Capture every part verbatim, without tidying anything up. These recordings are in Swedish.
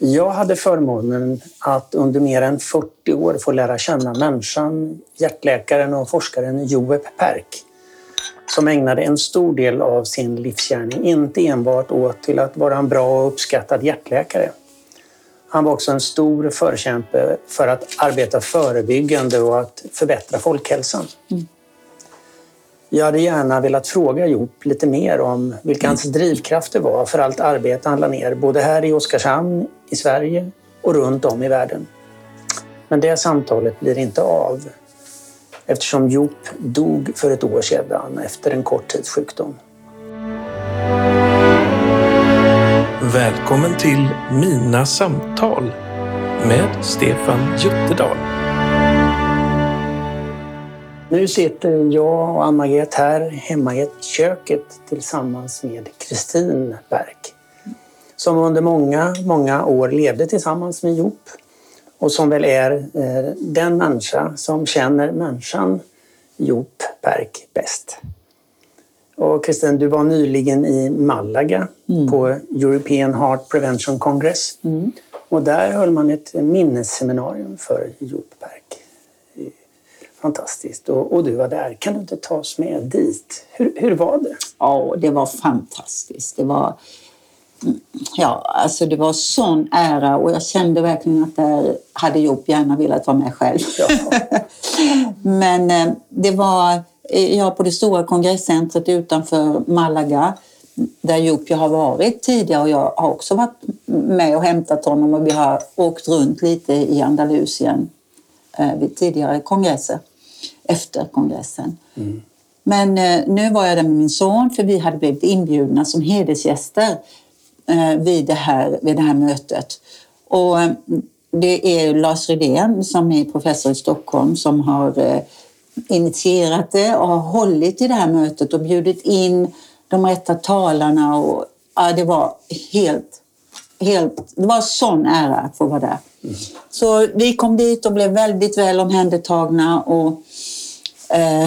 Jag hade förmånen att under mer än fyrtio år få lära känna människan, hjärtläkaren och forskaren Joep Perk, som ägnade en stor del av sin livsgärning inte enbart åt till att vara en bra och uppskattad hjärtläkare. Han var också en stor förkämpe för att arbeta förebyggande och att förbättra folkhälsan. Mm. Jag hade gärna velat fråga Joep lite mer om vilka hans drivkrafter var för allt arbete han la ner, både här i Oskarshamn, i Sverige och runt om i världen. Men det samtalet blir inte av, eftersom Joep dog för ett år sedan efter en kort tids sjukdom. Välkommen till Mina samtal med Stefan Jutterdal. Nu sitter jag och Ann-Margret här hemma i köket tillsammans med Kristin Perk, som under många, många år levde tillsammans med Joep och som väl är eh, den människa som känner människan Joep Perk bäst. Och Kristin, du var nyligen i Malaga mm. på European Heart Prevention Congress. Mm. Och där höll man ett minnesseminarium för Joep Perk. Fantastiskt. Och, och du var där. Kan du inte ta oss med dit? Hur, hur var det? Ja, det var fantastiskt. Det var, ja, alltså det var sån ära och jag kände verkligen att där hade Joep gärna velat vara med själv. Ja. Men eh, det var jag på det stora kongresscentret utanför Malaga där Joep jag har varit tidigare och jag har också varit med och hämtat honom och vi har åkt runt lite i Andalusien eh, vid tidigare kongresser, efter kongressen. Mm. Men eh, nu var jag där med min son för vi hade blivit inbjudna som hedersgäster eh, vid, det här, vid det här mötet. Och eh, det är Lars Rydén som är professor i Stockholm som har eh, initierat det och har hållit i det här mötet och bjudit in de rätta talarna och ja, det var helt, helt, det var sån ära att få vara där. Mm. Så vi kom dit och blev väldigt väl omhändertagna och eh,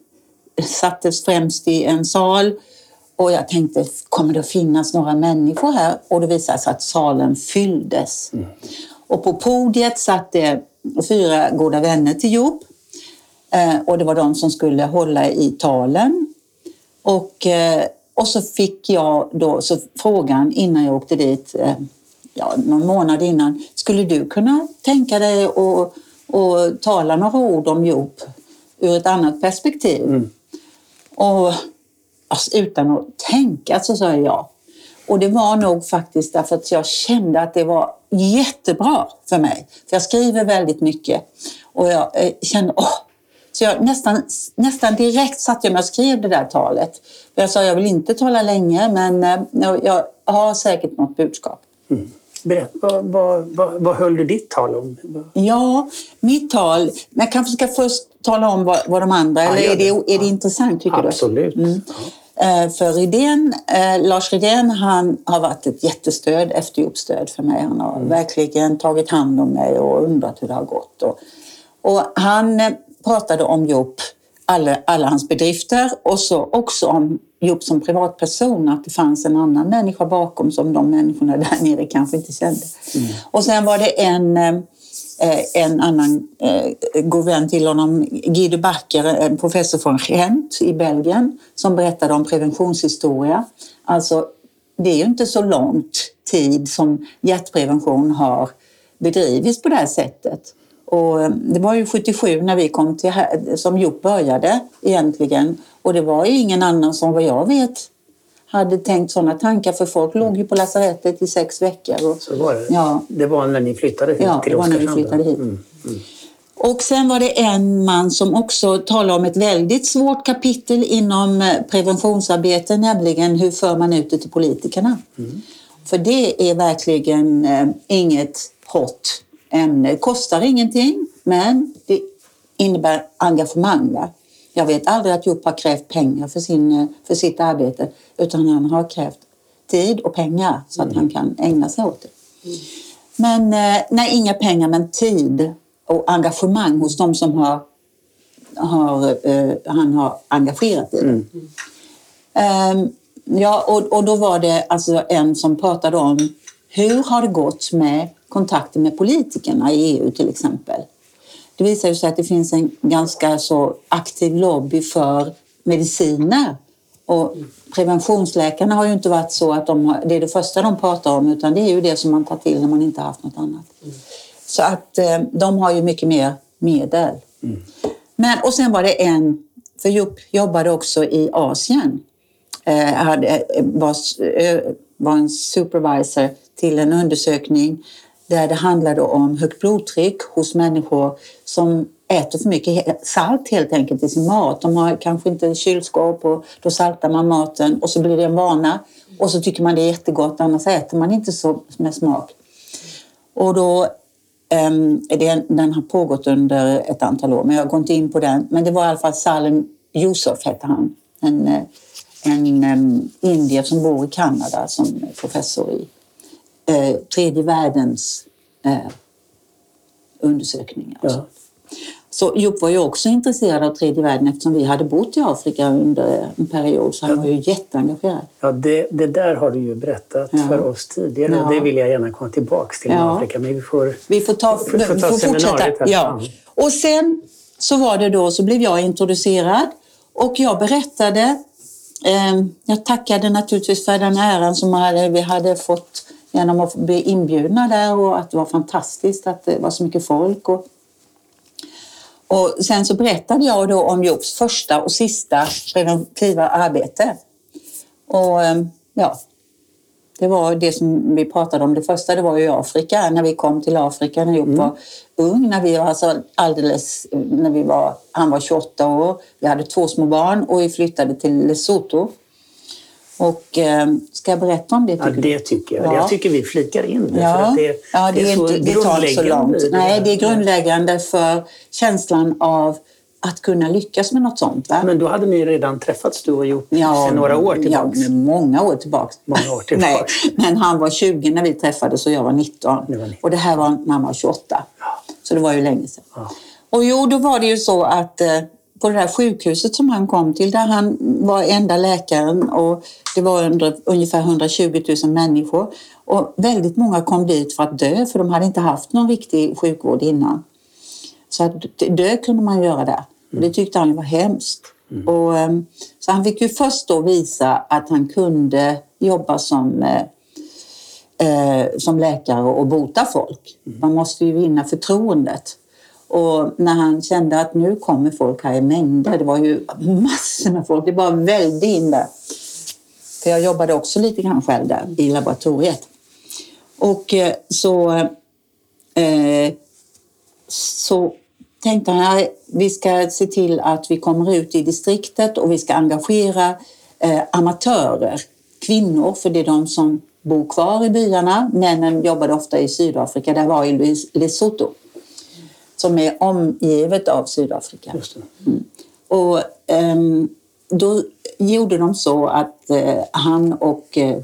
sattes främst i en sal och jag tänkte, kommer det att finnas några människor här? Och det visade sig att salen fylldes. Mm. Och på podiet satt det fyra goda vänner till Joep. Eh, och det var de som skulle hålla i talen. Och, eh, och så fick jag då så frågan innan jag åkte dit, eh, ja, någon månad innan. Skulle du kunna tänka dig att och tala några ord om Joep ur ett annat perspektiv? Mm. Och alltså, utan att tänka så sa jag ja. Och det var nog faktiskt därför att jag kände att det var jättebra för mig. För jag skriver väldigt mycket. Och jag eh, kände, åh. Så jag nästan, nästan direkt satt jag med och skrev det där talet. För jag sa, jag vill inte tala länge, men eh, jag har säkert något budskap. Mm. Berätta, vad, vad, vad, vad höll du ditt tal om? Ja, mitt tal, men jag kanske ska först tala om vad, vad de andra, ja, eller är det, är det ja. intressant tycker Absolut. du? Absolut. Mm. Eh, för Rydén, eh, Lars Rydén, han har varit ett jättestöd, efterjobsstöd för mig. Han har mm. verkligen tagit hand om mig och undrat hur det har gått. Och, och han eh, pratade om Joep, alla, alla hans bedrifter och så också om Joep som privatperson, att det fanns en annan människa bakom som de människorna där nere kanske inte kände. Mm. Och sen var det en, eh, en annan eh, god vän till honom, Guy de Backer, en professor från Gent i Belgien, som berättade om preventionshistoria. Alltså, det är ju inte så långt tid som hjärtprevention har bedrivits på det här sättet. Och det var ju sjuttiosju när vi kom till här, som Joep började egentligen. Och det var ju ingen annan som vad jag vet hade tänkt sådana tankar. För folk låg ju på lasarettet i sex veckor. Och, så var det? Ja. Det var när ni flyttade hit ja, till Oskarshamn? Ja, det var när vi flyttade hit. Mm. Mm. Och sen var det en man som också talade om ett väldigt svårt kapitel inom preventionsarbete. Nämligen hur för man ut det till politikerna. Mm. För det är verkligen eh, inget hot ämne. Det kostar ingenting, men det innebär engagemang. Va? Jag vet aldrig att Joep har krävt pengar för, sin, för sitt arbete, utan han har krävt tid och pengar så att mm. han kan ägna sig åt det. Mm. Men nej, inga pengar, men tid och engagemang hos de som har, har, uh, han har engagerat i det. Mm. Um, ja, och, och då var det alltså en som pratade om hur har det gått med kontakter med politikerna i E U till exempel? Det visar ju sig att det finns en ganska så aktiv lobby för mediciner. Och preventionsläkarna har ju inte varit så att de har, det är det första de pratar om, utan det är ju det som man tar till när man inte har haft något annat. Mm. Så att eh, de har ju mycket mer medel. Mm. Men, och sen var det en, för Jopp jobbade också i Asien. Eh, hade, var, var en supervisor till en undersökning där det handlade om högt blodtryck hos människor som äter för mycket salt helt enkelt i sin mat. De har kanske inte kylskåp och då saltar man maten och så blir det en vana. Och så tycker man det är jättegott, annars äter man inte så med smak. Och då, um, det, den har pågått under ett antal år, men jag går inte in på den. Men det var i alla fall Salem Yusuf hette han. En, en um, indier som bor i Kanada som professor i uh, tredje världens uh, undersökningar. Ja. Så Jopp var ju också intresserad av tredje världen eftersom vi hade bott i Afrika under en period, så han ja. var ju jätteengagerad. Ja, det, det där har du ju berättat ja. för oss tidigare ja. och det vill jag gärna komma tillbaka till ja. Afrika. Men vi får, vi får, ta, får, får ta får fortsätta. Här. Ja. Och sen så var det då, så blev jag introducerad och jag berättade, eh, jag tackade naturligtvis för den äran som hade, vi hade fått genom att bli inbjudna där och att det var fantastiskt att det var så mycket folk. Och Och sen så berättade jag då om Jopps första och sista preventiva arbete. Och ja, det var det som vi pratade om. Det första det var ju Afrika, när vi kom till Afrika när Jopp mm. var ung. När vi var alltså alldeles, när vi var, han var tjugoåtta år, vi hade två små barn och vi flyttade till Lesotho. Och eh, ska jag berätta om det? Ja, det tycker jag. Ja. Jag tycker vi flikar in det. Ja, för att det, ja, det, det är så inte, det tar inte så långt. Det Nej, det är grundläggande för känslan av att kunna lyckas med något sånt. Va? Men då hade ni redan träffats, du och Jopp, ja, några år tillbaka. Ja, många år tillbaka. Många år tillbaka. Nej, men han var tjugo när vi träffades och jag var nitton. Var nitton. Och det här var när han var tjugoåtta. Ja. Så det var ju länge sedan. Ja. Och jo, då var det ju så att eh, på det där sjukhuset som han kom till, där han var enda läkaren och det var under, ungefär hundratjugo tusen människor. Och väldigt många kom dit för att dö, för de hade inte haft någon riktig sjukvård innan. Så att dö kunde man göra där. Och det tyckte han var hemskt. Mm. Och, så han fick ju först då visa att han kunde jobba som, eh, som läkare och bota folk. Mm. Man måste ju vinna förtroendet. Och när han kände att nu kommer folk här i mängder, det var ju massor med folk, det bara välde in där. För jag jobbade också lite grann själv där i laboratoriet. Och så, eh, så tänkte han att vi ska se till att vi kommer ut i distriktet och vi ska engagera eh, amatörer, kvinnor, för det är de som bor kvar i byarna. Männen jobbade ofta i Sydafrika, där var i Lesotho, som är omgivet av Sydafrika. Just det. Mm. Och um, då gjorde de så att uh, han och uh,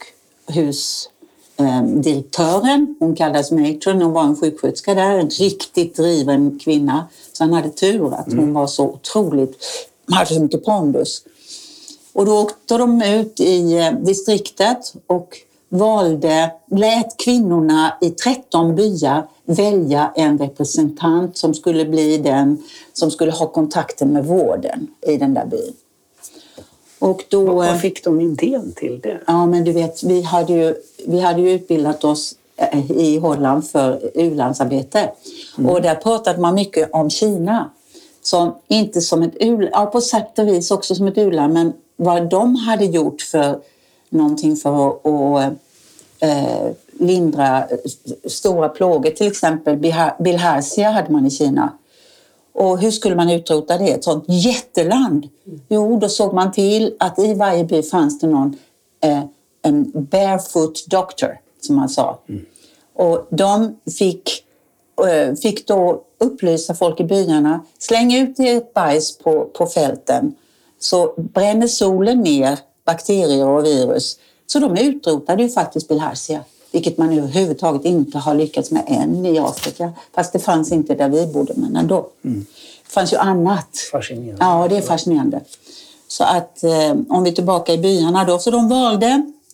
sjukhusdirektören, um, hon kallades matron, hon var en sjuksköterska där, en riktigt driven kvinna. Så han hade tur att hon mm. var så otroligt, hade så mycket pondus. Och då åkte de ut i uh, distriktet och valde, lät kvinnorna i tretton byar välja en representant som skulle bli den som skulle ha kontakten med vården i den där byn. Och då, vad fick de idén till det? Ja, men du vet, vi hade ju, vi hade ju utbildat oss i Holland för u-landsarbete. Mm. Och där pratade man mycket om Kina. Som inte som ett u-land, ja, på sätt och vis också som ett u-land, men vad de hade gjort för någonting för att och, eh, lindra stora plågor. Till exempel bilharzia hade man i Kina. Och hur skulle man utrota det? Ett sånt jätteland. Jo, då såg man till att i varje by fanns det någon eh, en barefoot doctor, som man sa. Mm. Och de fick, eh, fick då upplysa folk i byarna. Släng ut ett bajs på, på fälten. Så bränner solen ner bakterier och virus. Så de utrotade ju faktiskt bilharzia. Vilket man överhuvudtaget inte har lyckats med än i Afrika. Fast det fanns inte där vi bodde, men ändå. Mm. Det fanns ju annat. Fascinerande. Ja, det är fascinerande. Så att eh, om vi är tillbaka i byarna då. Så de valde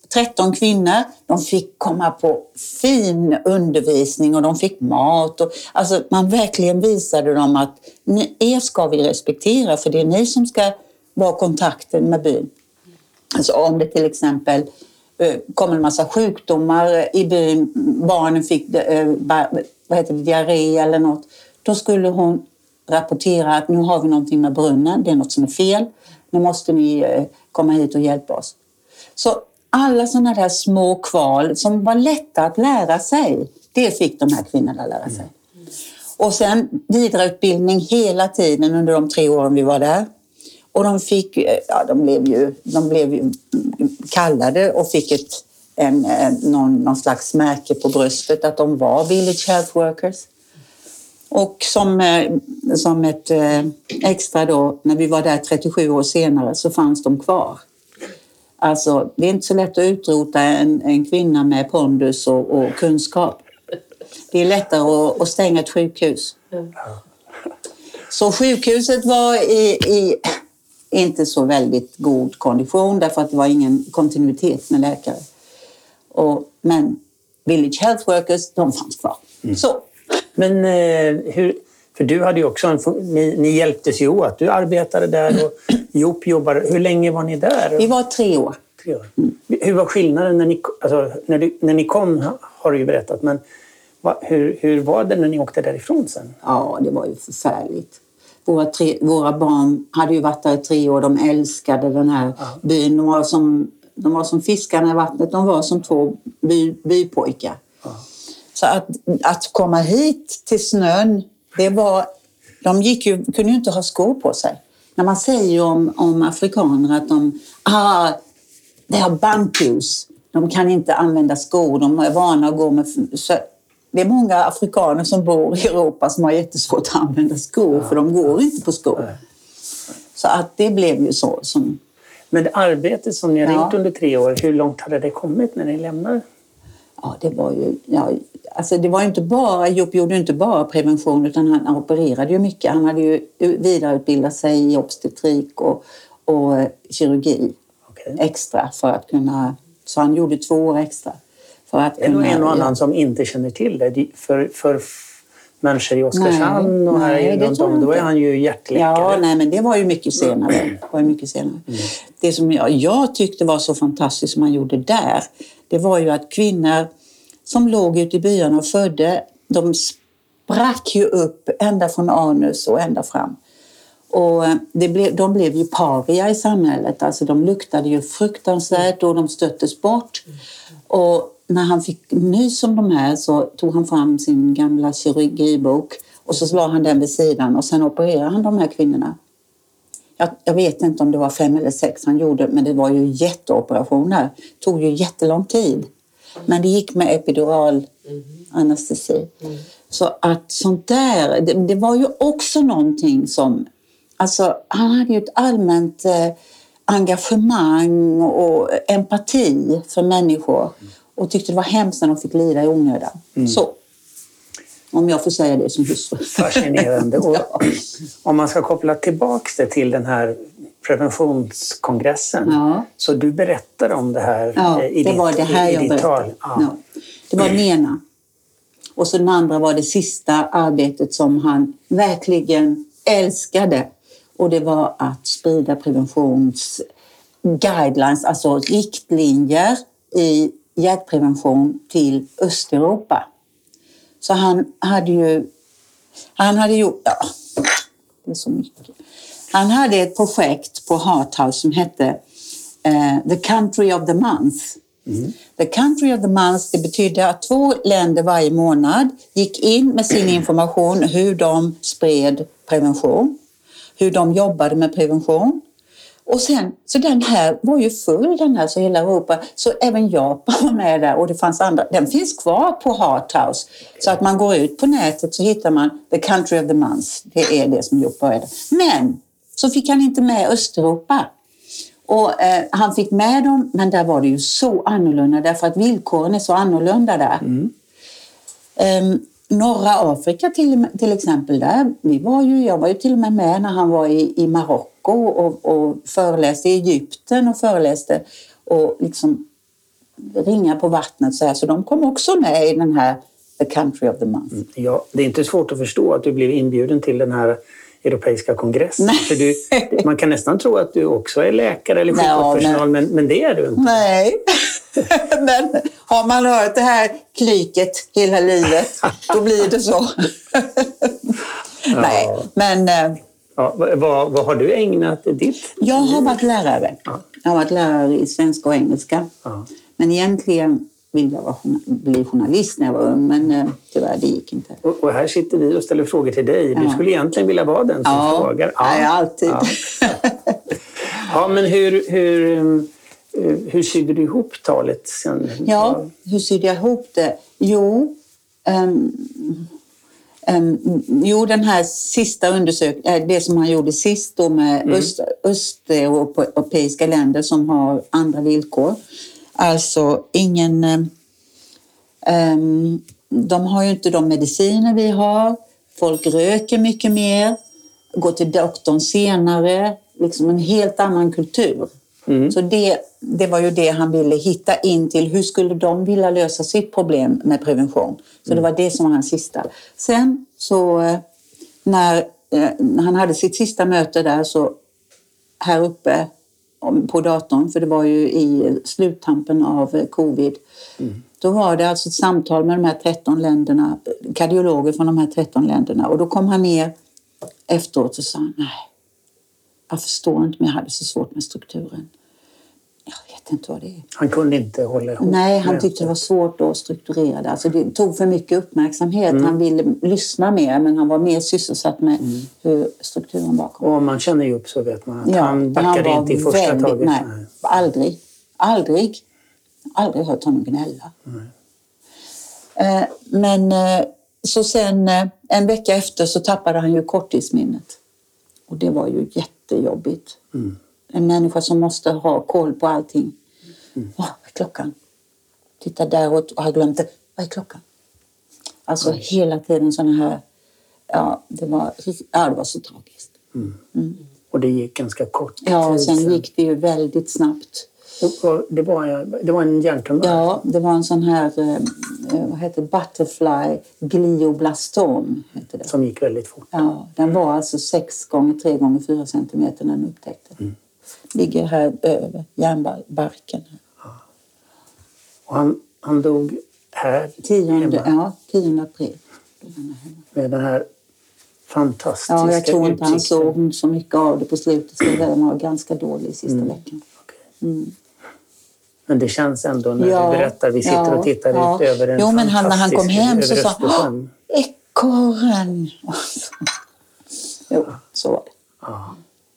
tretton kvinnor. De fick komma på fin undervisning och de fick mat. Och, alltså man verkligen visade dem att ni, er ska vi respektera för det är ni som ska vara kontakten med byn. Alltså om det till exempel kom en massa sjukdomar i byn, barnen fick vad heter det, diarré eller något. Då skulle hon rapportera att nu har vi någonting med brunnen, det är något som är fel. Nu måste ni komma hit och hjälpa oss. Så alla sådana där små kval som var lätta att lära sig, det fick de här kvinnorna lära sig. Och sen vidareutbildning hela tiden under de tre åren vi var där. Och de fick, ja de blev ju, de blev ju kallade och fick ett, en, någon, någon slags märke på bröstet att de var Village Health Workers. Och som, som ett extra då, när vi var där trettiosju år senare så fanns de kvar. Alltså det är inte så lätt att utrota en, en kvinna med pondus och, och kunskap. Det är lättare att, att stänga ett sjukhus. Så sjukhuset var i, i inte så väldigt god kondition därför att det var ingen kontinuitet med läkare. Och, men Village Health Workers, de fanns kvar. Mm. Så. Men eh, hur, för du hade ju också en, ni, ni hjälptes ju åt. Du arbetade där och Joop jobbade. Hur länge var ni där? Vi var tre år. Tre år. Mm. Hur var skillnaden när ni, alltså, när, du, när ni kom, har du ju berättat, men va, hur, hur var det när ni åkte därifrån sen? Ja, det var ju förfärligt. Våra, tre, våra barn hade ju varit där i tre år. De älskade den här ja. byn. De var som, de var som fiskarna i vattnet. De var som två by, bypojkar. Ja. Så att, att komma hit till snön, det var, de gick ju, kunde ju inte ha skor på sig. När man säger om, om afrikaner att de, ah, det har bantus. De kan inte använda skor, de är vana att gå med... Så, det är många afrikaner som bor i Europa som har jättesvårt att använda skor, ja. för de går inte på skor. Nej. Så att det blev ju så. Som... Men det arbetet som ni har ja. gjort under tre år, hur långt hade det kommit när ni lämnade? Ja, det var ju... Ja, alltså det var inte bara... Joop gjorde inte bara prevention utan han opererade ju mycket. Han hade ju vidareutbildat sig i obstetrik och, och kirurgi okay. extra för att kunna... Så han gjorde två år extra. För att det är nog en och annan som inte känner till det. För, för människor i Oskarshamn nej, och här nej, runt om, då är han ju hjärtläkare. Ja, nej, men det var ju mycket senare. Det var ju mycket senare. Mm. Det som jag, jag tyckte var så fantastiskt som man gjorde där, det var ju att kvinnor som låg ute i byarna och födde, de sprack ju upp ända från anus och ända fram. Och det blev, de blev ju paria i samhället. Alltså de luktade ju fruktansvärt och de stöttes bort. Och när han fick nys om de här så tog han fram sin gamla kirurgibok och så la han den vid sidan och sen opererade han de här kvinnorna. Jag, jag vet inte om det var fem eller sex han gjorde, men det var ju jätteoperationer. Det tog ju jättelång tid. Men det gick med epidural anestesi. Mm. Så att sånt där, det, det var ju också någonting som, alltså han hade ju ett allmänt eh, engagemang och empati för människor. Och tyckte det var hemskt när de fick lida i onödan. Mm. Så, om jag får säga det som hustru. Fascinerande. Och om man ska koppla tillbaka det till den här preventionskongressen. Ja. Så du berättade om det här ja, i det ditt, var det här i, jag i ditt tal. Ja. Ja. Det var den ena. Och så den andra var det sista arbetet som han verkligen älskade. Och det var att sprida preventionsguidelines, alltså riktlinjer i hjärtprevention till Östeuropa. Så han hade ju, han hade gjort, ja, det är så mycket. Han hade ett projekt på Heart House som hette uh, The Country of the Month. Mm. The Country of the Month, det betyder att två länder varje månad gick in med sin information hur de spred prevention, hur de jobbade med prevention. Och sen, så den här var ju full, den här, så hela Europa. Så även Japan var med där och det fanns andra. Den finns kvar på Heart House. Så att man går ut på nätet så hittar man The Country of the Month. Det är det som Joop började. Men så fick han inte med Östeuropa. Och eh, han fick med dem, men där var det ju så annorlunda. Därför att villkoren är så annorlunda där. Mm. Um, norra Afrika till, till exempel där. Vi var ju, jag var ju till och med med när han var i, i Marocko och, och föreläste i Egypten och föreläste. Och liksom ringar på vattnet. Så, här. Så de kom också med i den här The Country of the Month. Ja, det är inte svårt att förstå att du blev inbjuden till den här europeiska kongressen. För du, man kan nästan tro att du också är läkare eller sjukvårdspersonal, men, men det är du inte. Nej, men har man hört det här klyket hela livet, då blir det så. Ja. Nej, men... Ja, vad, vad har du ägnat ditt? Jag har varit lärare. Ja. Jag har varit lärare i svenska och engelska. Ja. Men egentligen ville jag vara, bli journalist när jag var ung, men tyvärr det gick inte. Och, och här sitter vi och ställer frågor till dig. Du ja. skulle egentligen vilja vara den som ja. frågar. Ja, ja alltid. Ja, ja men hur, hur, hur sydde du ihop talet sen? Ja, hur sydde jag ihop det? Jo... Um, Um, jo, den här sista undersökningen, det som han gjorde sist då med mm. öst, östeuropeiska länder som har andra villkor. Alltså ingen... Um, de har ju inte de mediciner vi har. Folk röker mycket mer. Går till doktorn senare. Liksom en helt annan kultur. Mm. Så det, det var ju det han ville hitta in till. Hur skulle de vilja lösa sitt problem med prevention? Så mm. det var det som var hans sista. Sen så när, när han hade sitt sista möte där så här uppe på datorn, för det var ju i sluttampen av covid. Mm. Då var det alltså ett samtal med de här tretton länderna, kardiologer från de här tretton länderna. Och då kom han ner efteråt och sa nej. Jag förstår inte, men jag hade så svårt med strukturen. Jag vet inte vad det är. Han kunde inte hålla ihop. Nej, han tyckte det var svårt att strukturera det. Alltså det tog för mycket uppmärksamhet. Mm. Han ville lyssna mer, men han var mer sysselsatt med mm. hur strukturen bakom. Och om man känner ju upp så vet man att ja, han backade han inte i första väldigt, taget. Nej, nej, aldrig. Aldrig. Aldrig hört honom gnälla. Mm. Eh, men eh, så sen eh, en vecka efter så tappade han ju korttidsminnet. Och det var ju jättejobbigt. Mm. En människa som måste ha koll på allting. Mm. Oh, vad är klockan? Titta däråt och har glömt det. Vad är klockan? Alltså mm. hela tiden sådana här... Ja, det var, ja, det var så tragiskt. Mm. Mm. Och det gick ganska kort. Ja, och sen gick det ju väldigt snabbt. Det var, det var en hjärntumör? Ja, det var en sån här... Vad heter det? Butterfly glioblastom heter det. Som gick väldigt fort. Ja, den var alltså sex gånger tre gånger fyra centimeter när den upptäcktes. Mm. Ligger här över järnbarken. Ja. Och han, han dog här tionde, ja, tionde april. Med den här fantastiska Ja, jag tror inte han såg så mycket av det på slutet. Så den var ganska dålig sista mm. veckan. Okay. Mm. Men det känns ändå när ja, du berättar, vi sitter ja, och tittar ja. ut över en jo, men han, när han kom hem så sa han ekorren. Jo, så var det. Ja.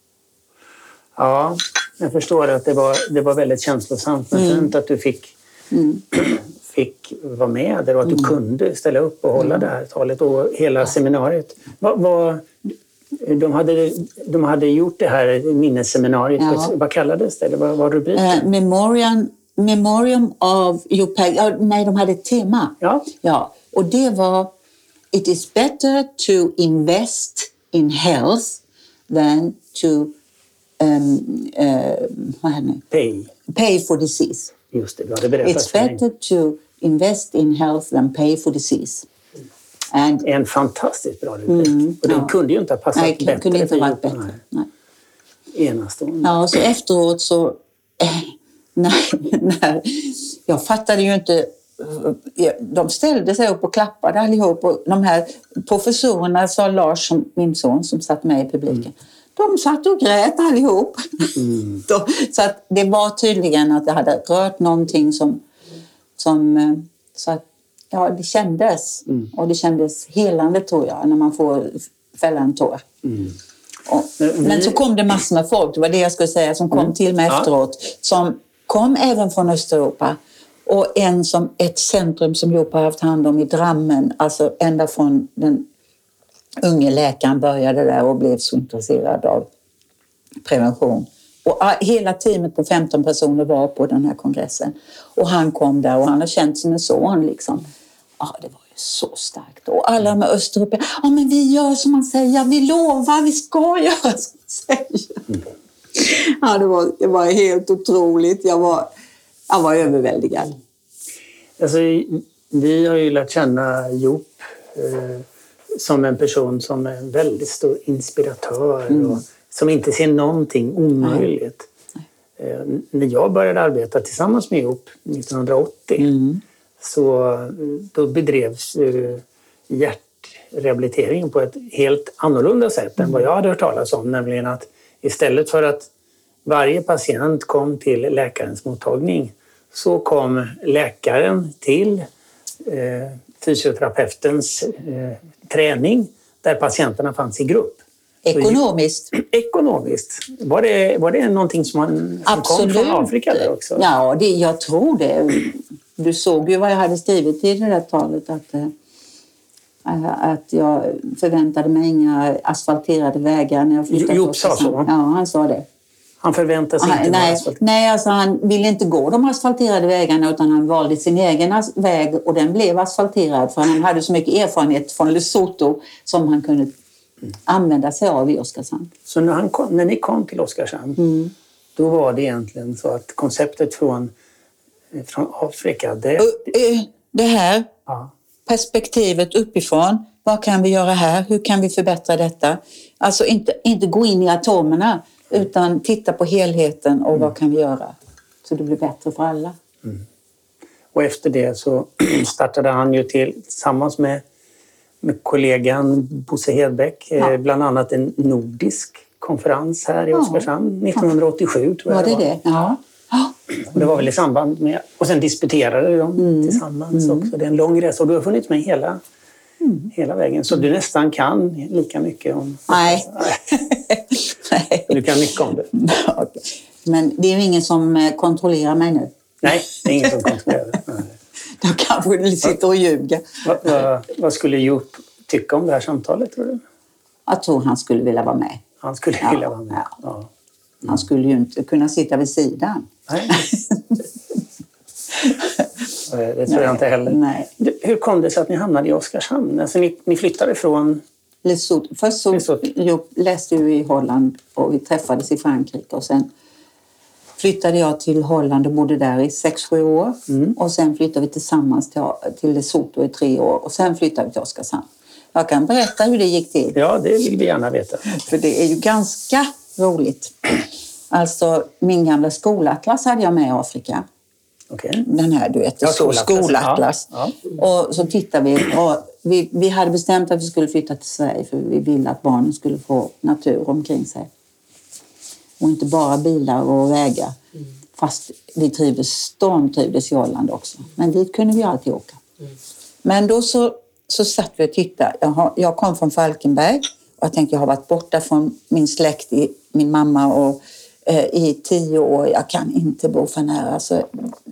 Ja, jag förstår att det var, det var väldigt känslosamt. Men mm. fint att du fick, mm. fick vara med där och att du mm. kunde ställa upp och hålla mm. det här talet och hela ja. seminariet. Vad, vad, de, hade, de hade gjort det här minnesseminariet. Ja. Vad kallades det? Vad var rubriken? Uh, memoriam, memoriam of Jopeg. Ja, nej, de hade ett tema. Ja. Ja, och det var It is better to invest in health than to um, uh, vad heter det? Pay. Pay for disease. Just det, du hade berättat. It's better to invest in health than pay for disease. And, en fantastiskt bra rubrik. Mm, och den ja. kunde ju inte ha passat nej, bättre. Kunde inte ha varit bättre. Nej. Enastående. Ja, så efteråt så... Äh, när, när, jag fattade ju inte... De ställde sig upp och klappade allihop. Och de här professorerna, sa Lars, som min son, som satt med i publiken. Mm. De satt och grät allihop. Mm. de, så att det var tydligen att det hade rört någonting som... som så att, ja, det kändes. Mm. Och det kändes helande, tror jag, när man får fälla en tår. Mm. Och, vi... Men så kom det massor med folk, det var det jag skulle säga, som kom mm. till mig efteråt. Ja. Som kom även från Östeuropa. Och en som, ett centrum som Jopa har haft hand om i Drammen. Alltså ända från den unge läkaren började där och blev så intresserad av prevention. Och hela teamet på femton personer var på den här kongressen. Och han kom där och han har känt som en son liksom. Ja, det var ju så starkt. Och alla med Östeuropa, ja men vi gör som man säger, vi lovar, vi ska göra som man säger. Mm. Ja, det var, det var helt otroligt. Jag var, Jag var överväldigad. Alltså, vi har ju lärt känna Job eh, som en person som är en väldigt stor inspiratör mm. och som inte ser någonting omöjligt. Eh, när jag började arbeta tillsammans med Job nittonhundraåttio mm. så då bedrevs eh, hjärtrehabilitering på ett helt annorlunda sätt mm. än vad jag hade hört talas om. Nämligen att istället för att varje patient kom till läkarens mottagning så kom läkaren till eh, fysioterapeutens eh, träning där patienterna fanns i grupp. Ekonomiskt? Så, ekonomiskt. Var det, var det någonting som, man, som kom från Afrika där också? Ja, det, jag tror det. Du såg ju vad jag hade skrivit i det där talet. Att, äh, att jag förväntade mig inga asfalterade vägar när jag flyttade. Job sa så? Ja, han sa det. Han förväntade sig nej, inte nej, asfalt. nej, alltså han ville inte gå de asfalterade vägarna utan han valde sin egen väg och den blev asfalterad för han hade så mycket erfarenhet från Lesotho som han kunde mm. använda sig av i Oskarshamn. Så när, han kom, när ni kom till Oskarshamn mm. då var det egentligen så att konceptet från, från Afrika det... Det här ja. perspektivet uppifrån, vad kan vi göra här? Hur kan vi förbättra detta? Alltså inte, inte gå in i atomerna utan titta på helheten och mm. vad kan vi göra så det blir bättre för alla. Mm. Och efter det så startade han ju till, tillsammans med, med kollegan Bosse Hedbeck ja. bland annat en nordisk konferens här i Oskarshamn ja. nittonhundraåttiosju tror jag var det. Var det det? Ja. Och det var väl i samband med, och sen disputerade de mm. tillsammans mm. också. Det är en lång resa och du har funnits med hela, mm. hela vägen. Så du nästan kan lika mycket om... Nej. Nej. Du kan mycket om det. Men det är ju ingen som kontrollerar mig nu. Nej, det är ingen som kontrollerar det. Då kanske du sitter och ljuger. Vad, vad, vad skulle Job tycka om det här samtalet, tror du? Jag tror han skulle vilja vara med. Han skulle ja, vilja vara med. Ja. Ja. Mm. Han skulle ju inte kunna sitta vid sidan. Nej. Det tror jag inte heller. Nej. Hur kom det sig att ni hamnade i Oskarshamn? Alltså ni, ni flyttade från... Lesotho. Först så Lesotho. Jag läste ju i Holland och vi träffades i Frankrike. Och sen flyttade jag till Holland och bodde där i sex, sju år. Mm. Och sen flyttade vi tillsammans till, till Lesotho i tre år. Och sen flyttade vi till Oskarshamn. Jag kan berätta hur det gick till. Ja, det vill vi gärna veta. För det är ju ganska roligt. Alltså, min gamla skolatlas hade jag med i Afrika. Okay. Den här, du vet, ja, så skolatlas. Ja. Ja. Och så tittade vi. Och vi. Vi hade bestämt att vi skulle flytta till Sverige för vi ville att barnen skulle få natur omkring sig. Och inte bara bilar och vägar. Mm. Fast vi trivdes, stormtrivdes i Holland också. Men dit kunde vi alltid åka. Mm. Men då så, så satt vi och tittade. Jag, har, jag kom från Falkenberg. Och jag tänkte jag har varit borta från min släkt, min mamma och i tio år, jag kan inte bo för nära. Så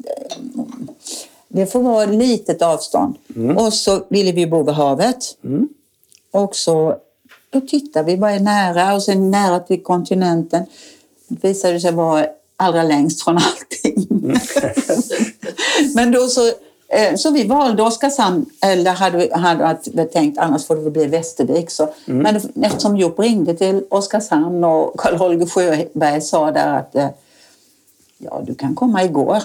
det får vara ett litet avstånd. Mm. Och så ville vi bo vid havet. Mm. Och så då tittar vi bara nära och sen nära till kontinenten. Det visade sig vara allra längst från allting. Mm. Men då så, så vi valde Oskarshamn, eller hade, hade vi tänkt annars får det bli Västervik. Så. Mm. Men eftersom Job ringde till Oskarshamn och Karl-Holger Sjöberg sa där att ja, du kan komma igår.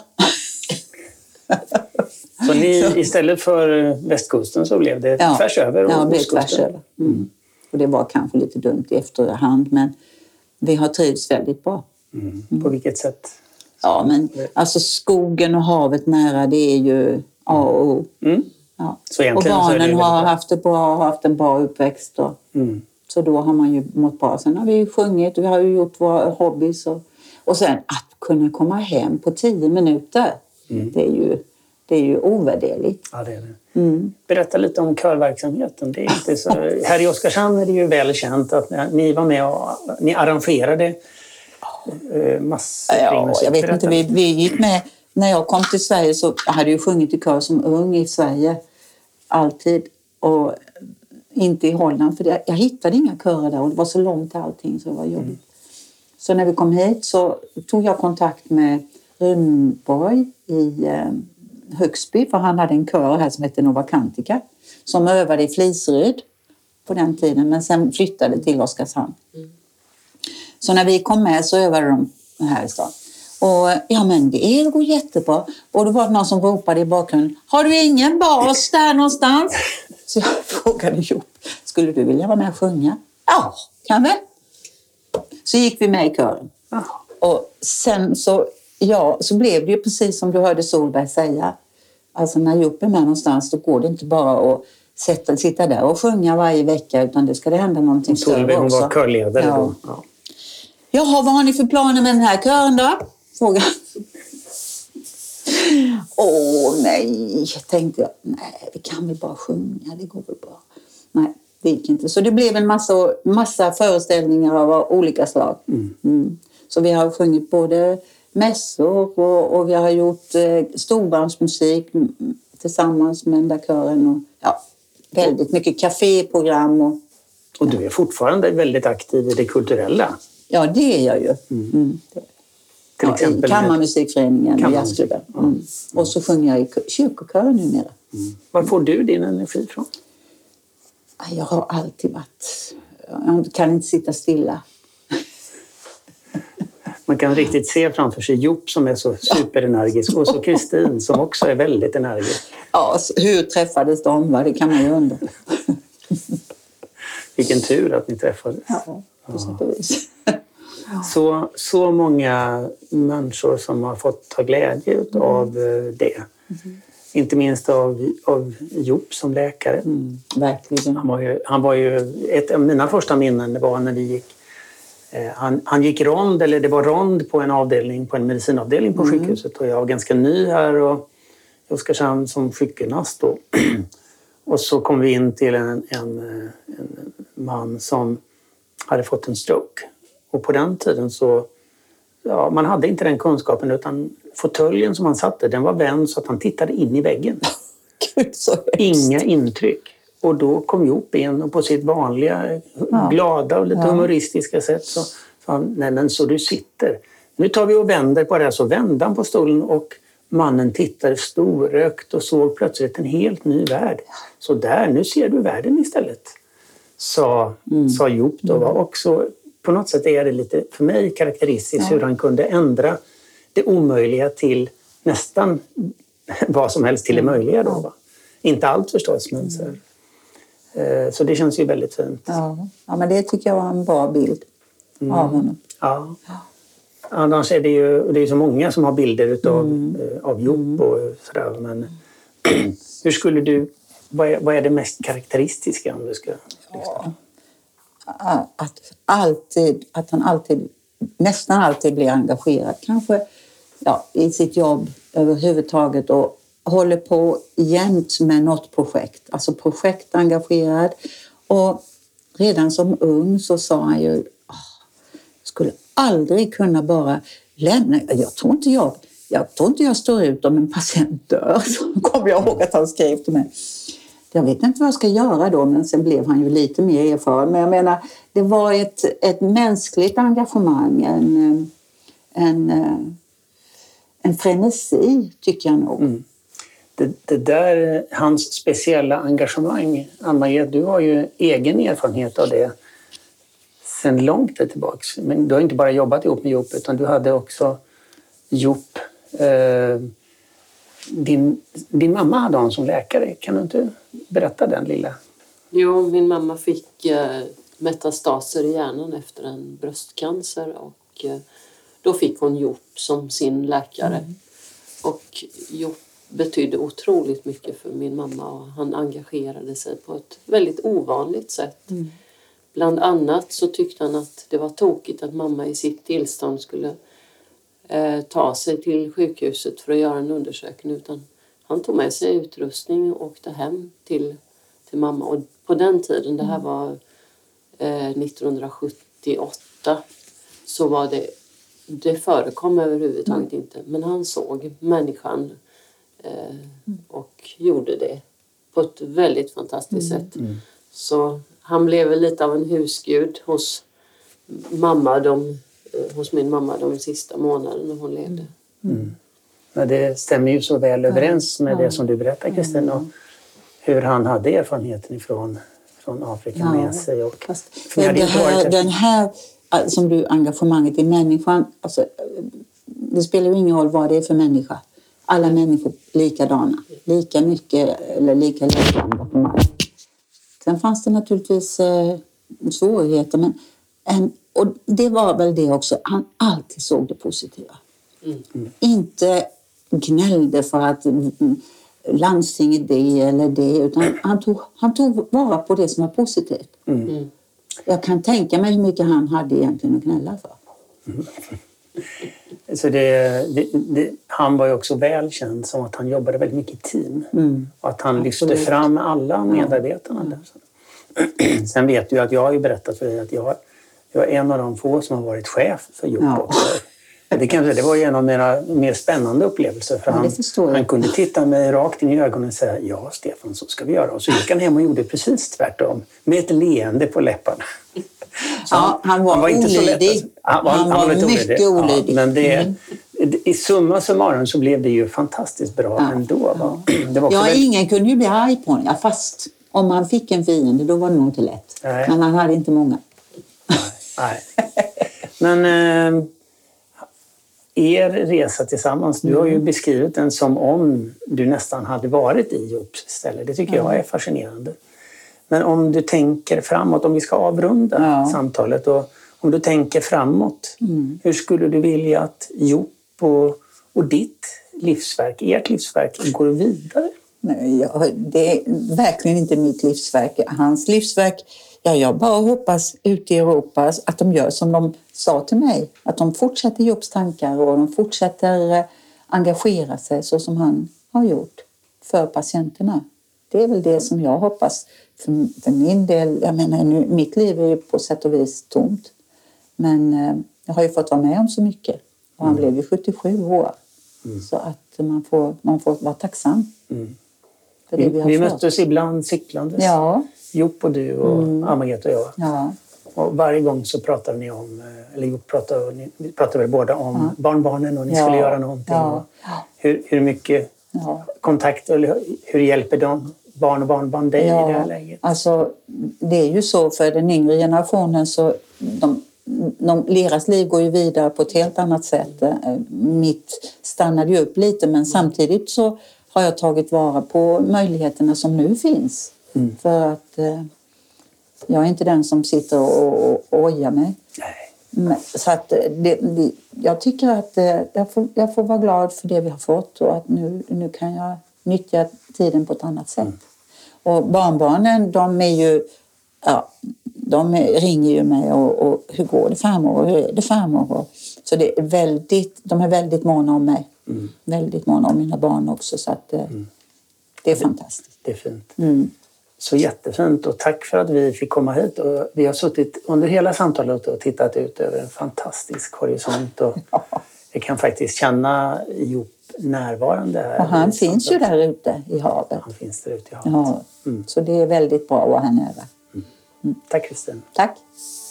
Så ni så. Istället för västkusten så blev det ja, tvärs över? Ja, det blev tvärs över. Mm. Och det var kanske lite dumt i efterhand, men vi har trivts väldigt bra. Mm. På vilket sätt? Ja, men alltså skogen och havet nära, det är ju A och O. Mm. Ja. Så och barnen har haft det bra, har haft en bra uppväxt. Och, mm. Så då har man ju mått bra. Sen har vi ju sjungit, vi har ju gjort våra hobbys. Och, och sen att kunna komma hem på tio minuter, mm. det är ju, det är ju ovärderligt. Ja, det är det. Mm. Berätta lite om körverksamheten. Det är inte så, här i Oskarshamn är det ju väl känt att ni var med och ni arrangerade massor. Ja, jag vet inte, vi, vi gick med. När jag kom till Sverige så hade jag sjungit i kör som ung i Sverige. Alltid. Och inte i Holland. För det, jag hittade inga körer där och det var så långt till allting så det var jobbigt. Mm. Så när vi kom hit så tog jag kontakt med Runborg i eh, Högsby. För han hade en kör här som hette Nova Cantica. Som övade i Fliseryd på den tiden. Men sen flyttade till Oskarshamn. Mm. Så när vi kom med så övade de här i stan. Och ja, men det går jättebra. Och då var det någon som ropade i bakgrunden. Har du ingen bas där någonstans? Så jag frågade Job. Skulle du vilja vara med och sjunga? Ja, kan vi? Så gick vi med i kören. Och sen så, ja, så blev det ju precis som du hörde Solberg säga. Alltså när Job är med någonstans då går det inte bara att sätta, sitta där och sjunga varje vecka. Utan det ska det hända någonting större också. Solberg, hon var körledare ja. då. Ja. Jaha, vad har ni för planer med den här kören då? Fråga. Åh nej, tänkte jag. Nej, vi kan väl bara sjunga, det går väl bra. Nej, det gick inte. Så det blev en massa, massa föreställningar av olika slag. Mm. Mm. Så vi har sjungit både mässor och, och vi har gjort eh, storbandsmusik tillsammans med den där kören. Och, ja, väldigt mycket kaféprogram. Och, och du är fortfarande väldigt aktiv i det kulturella. Ja, det är jag ju. Mm. Mm. Till ja, exempel i Kammarmusikföreningen och jazzklubben. Mm. Mm. Och så sjunger jag i kyrkokören numera. Mm. Var får du din energi från? Jag har alltid varit... Jag kan inte sitta stilla. Man kan riktigt se framför sig Job som är så superenergisk och så Kristin som också är väldigt energisk. Ja, hur träffades de? Va? Det kan man ju undra. Vilken tur att ni träffades. Ja, på sätt och vis. Så, så många människor som har fått ta glädje mm. av det. Mm. Inte minst av, av Job som läkare. Mm, verkligen. Han var ju, han var ju ett av mina första minnen var när vi gick eh, han, han gick rond, eller det var rond på en avdelning, på en medicinavdelning på mm. sjukhuset. Och jag var ganska ny här och i Oskarshamn som sjukgymnast då. Och så kom vi in till en, en, en man som hade fått en stroke. Och på den tiden så, ja, man hade inte den kunskapen utan fåtöljen som han satte, den var vänd så att han tittade in i väggen. Gud, så inga intryck. Och då kom Job in och på sitt vanliga, ja. glada och lite ja. humoristiska sätt så sa han, nej men så du sitter. Nu tar vi och vänder på det här, så vände han på stolen och mannen tittade storökt och såg plötsligt en helt ny värld. Så där, nu ser du världen istället, sa, mm. sa Job då. Mm. Och så på något sätt är det lite för mig karaktäristiskt ja. hur han kunde ändra det omöjliga till nästan vad som helst till det möjliga då. Va? Inte allt förstås, men så, här. Så det känns ju väldigt fint. Ja, ja men det tycker jag var en bra bild mm. av honom. Ja. Annars är det ju det är så många som har bilder utav, mm. av Job och sådär. Men hur skulle du, vad är, vad är det mest karaktäristiska om du ska ja. Att, alltid, att han alltid, nästan alltid blir engagerad. Kanske ja, i sitt jobb överhuvudtaget och håller på jämt med något projekt. Alltså projektengagerad. Och redan som ung så sa han ju skulle aldrig kunna bara lämna. Jag tror inte jag, jag, tror inte jag står ut om en patient dör. Så kommer jag ihåg att han skrev till mig. Jag vet inte vad jag ska göra då, men sen blev han ju lite mer erfaren. Men jag menar, det var ett, ett mänskligt engagemang, en, en, en frenesi tycker jag nog. Mm. Det, det där, hans speciella engagemang, Ann-Marie, du har ju egen erfarenhet av det sen långt tillbaka. Men du har inte bara jobbat ihop med Job, utan du hade också Job. Eh, din, din mamma hade han som läkare. Kan du inte berätta den lilla? Jo, min mamma fick eh, metastaser i hjärnan efter en bröstcancer. Och eh, då fick hon Job som sin läkare. Mm. Och Job betydde otroligt mycket för min mamma. Och han engagerade sig på ett väldigt ovanligt sätt. Mm. Bland annat så tyckte han att det var tokigt att mamma i sitt tillstånd skulle eh, ta sig till sjukhuset för att göra en undersökning. Utan han tog med sig utrustning och åkte hem till, till mamma. Och på den tiden, det här var eh, nittonhundrasjuttioåtta, så var det, det förekom överhuvudtaget mm. inte. Men han såg människan eh, och gjorde det på ett väldigt fantastiskt mm. sätt. Mm. Så han blev väl lite av en husgud hos mamma, de, hos min mamma de sista månaderna hon levde. Mm. Ja, det stämmer ju så väl överens med det som du berättar, Kristin, och hur han hade erfarenheten ifrån, från Afrika ja. med sig. Och, Fast, det här, den här, som du, engagemanget i människan, alltså, det spelar ju ingen roll vad det är för människa. Alla människor är likadana. Lika mycket eller lika lite engagemang. Sen fanns det naturligtvis eh, svårigheter. Men en, och det var väl det också. Han alltid såg det positiva. Mm. Mm. Inte gnällde för att mm, landstinget det eller det. Utan han tog, han tog vara på det som var positivt. Mm. Mm. Jag kan tänka mig hur mycket han hade egentligen att gnälla för. Mm. Så det, det, det, han var ju också välkänd som att han jobbade väldigt mycket i team. Mm. Och att han lyfte fram alla medarbetarna. Ja. Där. Sen vet du att jag har ju berättat för dig att jag, jag är en av de få som har varit chef för Jobb ja. också. Det, kan, det var ju en av mina mer spännande upplevelser. För ja, han, han kunde titta mig rakt in i ögonen och säga ja Stefan, så ska vi göra. Och så gick han hem och gjorde precis tvärtom. Med ett leende på läpparna. Ja, han var, han var inte så lätt. Alltså. Han var, han var, han var mycket olydig. Ja, men det, mm. i summa summarum så blev det ju fantastiskt bra ja. ändå. Va? Det var ja, väldigt... ingen kunde ju bli arg på honom. Ja, fast om man fick en fiende då var det nog inte lätt. Nej. Men han hade inte många. Nej. Men eh, er resa tillsammans, du har ju beskrivit den som om du nästan hade varit i Jobs ställe. Det tycker mm. jag är fascinerande. Men om du tänker framåt, om vi ska avrunda ja. samtalet och om du tänker framåt, mm. hur skulle du vilja att Jobb och, och ditt livsverk, ert livsverk, går vidare? Nej, ja, det är verkligen inte mitt livsverk. Hans livsverk, ja, jag bara hoppas ute i Europa att de gör som de sa till mig. Att de fortsätter Jobbs tankar och de fortsätter engagera sig så som han har gjort för patienterna. Det är väl det som jag hoppas. För, för min del, jag menar nu, mitt liv är ju på sätt och vis tomt. Men eh, jag har ju fått vara med om så mycket. Och han mm. blev ju sjuttiosju år. Mm. Så att man får, man får vara tacksam. Mm. För det vi har vi fått. möttes ibland cyklandes. Ja. Jobb och du och mm. Ann-Margret och jag. Ja. Och varje gång så pratade ni om, eller Jobb pratade, ni pratade väl båda om ja. barnbarnen och ni ja. skulle göra någonting. Ja. Hur, hur mycket ja. kontakt, eller hur hjälper de barn och barnbarn dig ja, i det här läget? Alltså, det är ju så för den yngre generationen så de, de, deras liv går ju vidare på ett helt annat sätt. Mitt stannade ju upp lite men samtidigt så har jag tagit vara på möjligheterna som nu finns. Mm. För att eh, jag är inte den som sitter och, och, och ojar mig. Nej. Men, så att det, det, jag tycker att eh, jag, får, jag får vara glad för det vi har fått och att nu, nu kan jag nyttja tiden på ett annat sätt. Mm. Och barnbarnen, de är ju, ja, de ringer ju mig och, och hur går det farmor och hur är det farmor? Och, så det är väldigt, de är väldigt måna om mig. Mm. Väldigt måna om mina barn också så att mm. det är fantastiskt. Det är fint. Mm. Så jättefint och tack för att vi fick komma hit och vi har suttit under hela samtalet och tittat ut över en fantastisk horisont och ja. jag kan faktiskt känna Jobb närvarande här. Och han finns ju där ute i havet. Han finns där ute i havet. Ja. Mm. Så det är väldigt bra att vara här nära. Mm. Mm. Tack Kristin. Tack.